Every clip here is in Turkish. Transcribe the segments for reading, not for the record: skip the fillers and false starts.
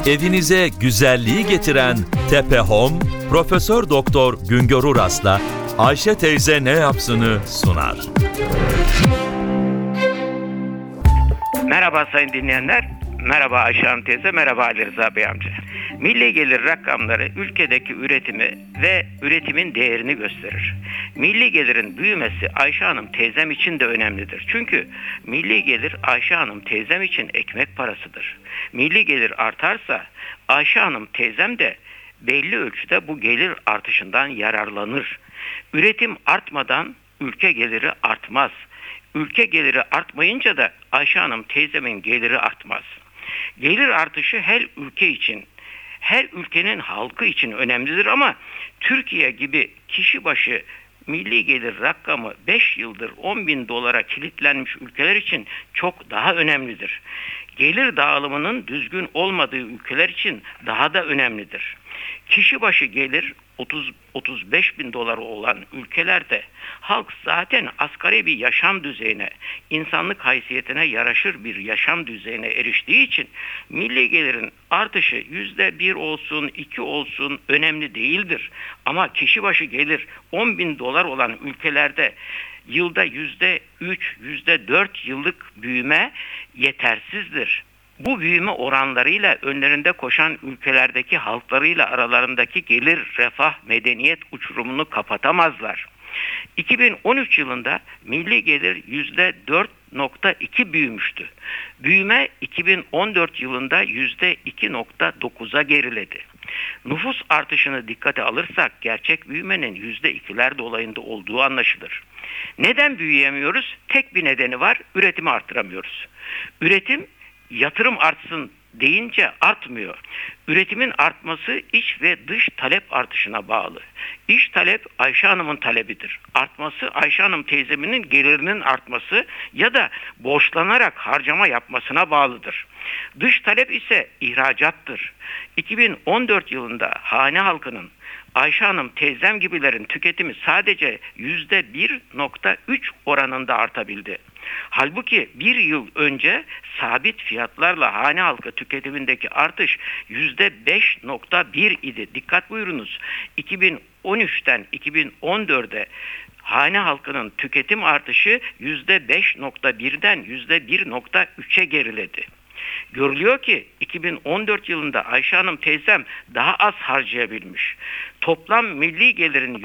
Evinize güzelliği getiren Tepe Home, Profesör Doktor Güngör Uras'la Ayşe teyze ne yapsını sunar. Merhaba sayın dinleyenler, merhaba Ayşe Hanım teyze, merhaba Ali Rıza Bey amca. Milli gelir rakamları ülkedeki üretimi ve üretimin değerini gösterir. Milli gelirin büyümesi Ayşe Hanım teyzem için de önemlidir. Çünkü milli gelir Ayşe Hanım teyzem için ekmek parasıdır. Milli gelir artarsa Ayşe Hanım teyzem de belli ölçüde bu gelir artışından yararlanır. Üretim artmadan ülke geliri artmaz. Ülke geliri artmayınca da Ayşe Hanım teyzemin geliri artmaz. Gelir artışı her ülke için, her ülkenin halkı için önemlidir ama Türkiye gibi kişi başı milli gelir rakamı 5 yıldır 10.000 dolara kilitlenmiş ülkeler için çok daha önemlidir. Gelir dağılımının düzgün olmadığı ülkeler için daha da önemlidir. Kişi başı gelir 30-35 bin dolar olan ülkelerde halk zaten asgari bir yaşam düzeyine, insanlık haysiyetine yaraşır bir yaşam düzeyine eriştiği için milli gelirin artışı %1 olsun, 2 olsun önemli değildir. Ama kişi başı gelir 10 bin dolar olan ülkelerde yılda %3, %4 yıllık büyüme yetersizdir. Bu büyüme oranlarıyla önlerinde koşan ülkelerdeki halklarıyla aralarındaki gelir, refah, medeniyet uçurumunu kapatamazlar. 2013 yılında milli gelir %4.2 büyümüştü. Büyüme 2014 yılında %2.9'a geriledi. Nüfus artışını dikkate alırsak gerçek büyümenin %2'ler dolayında olduğu anlaşılır. Neden büyüyemiyoruz? Tek bir nedeni var, üretimi arttıramıyoruz. Üretim yatırım artsın deyince artmıyor. Üretimin artması iç ve dış talep artışına bağlı. İç talep Ayşe Hanım'ın talebidir. Artması Ayşe Hanım teyzeminin gelirinin artması ya da borçlanarak harcama yapmasına bağlıdır. Dış talep ise ihracattır. 2014 yılında hane halkının Ayşe Hanım teyzem gibilerin tüketimi sadece %1.3 oranında artabildi. Halbuki bir yıl önce sabit fiyatlarla hane halkı tüketimindeki artış %5.1 idi. Dikkat buyurunuz. 2013'ten 2014'e hane halkının tüketim artışı %5.1'den %1.3'e geriledi. Görülüyor ki 2014 yılında Ayşe Hanım teyzem daha az harcayabilmiş. Toplam milli gelirin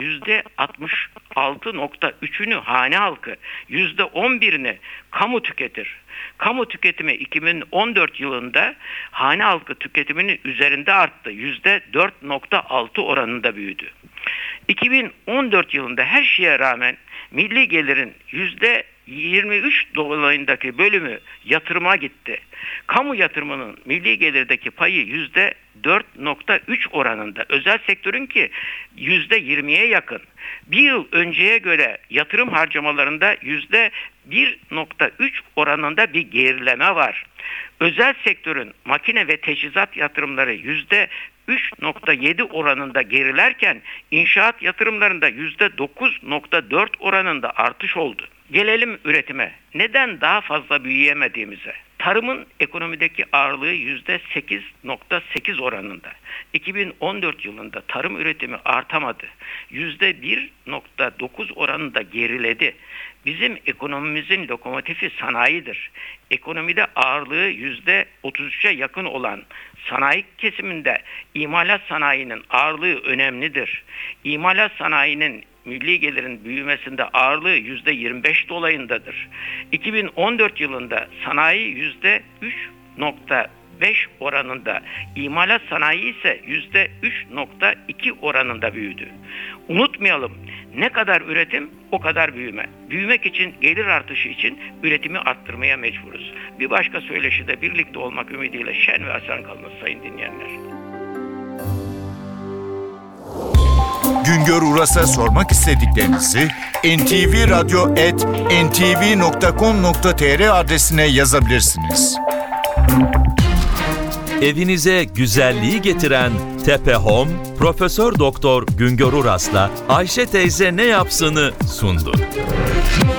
%66.3'ünü hane halkı, %11'ini kamu tüketir. Kamu tüketimi 2014 yılında hane halkı tüketiminin üzerinde arttı. %4.6 oranında büyüdü. 2014 yılında her şeye rağmen milli gelirin %23 dolayındaki bölümü yatırıma gitti. Kamu yatırımının milli gelirdeki payı %4.3 oranında. Özel sektörünki %20'ye yakın. Bir yıl önceye göre yatırım harcamalarında %1.3 oranında bir gerileme var. Özel sektörün makine ve teçhizat yatırımları %3.7 oranında gerilerken inşaat yatırımlarında %9.4 oranında artış oldu. Gelelim üretime. Neden daha fazla büyüyemediğimize? Tarımın ekonomideki ağırlığı %8.8 oranında. 2014 yılında tarım üretimi artamadı. %1.9 oranında geriledi. Bizim ekonomimizin lokomotifi sanayidir. Ekonomide ağırlığı %33'e yakın olan sanayi kesiminde imalat sanayinin ağırlığı önemlidir. İmalat sanayinin milli gelirin büyümesinde ağırlığı %25 dolayındadır. 2014 yılında sanayi %3.5 oranında, imalat sanayi ise %3.2 oranında büyüdü. Unutmayalım, ne kadar üretim o kadar büyüme. Büyümek için, gelir artışı için üretimi arttırmaya mecburuz. Bir başka söyleşide birlikte olmak ümidiyle şen ve esen kalınız sayın dinleyenler. Güngör Uras'a sormak istediklerinizi ntvradyo@ntv.com.tr adresine yazabilirsiniz. Evinize güzelliği getiren Tepe Home, Profesör Doktor Güngör Uras'la Ayşe teyze ne yapsını sundu.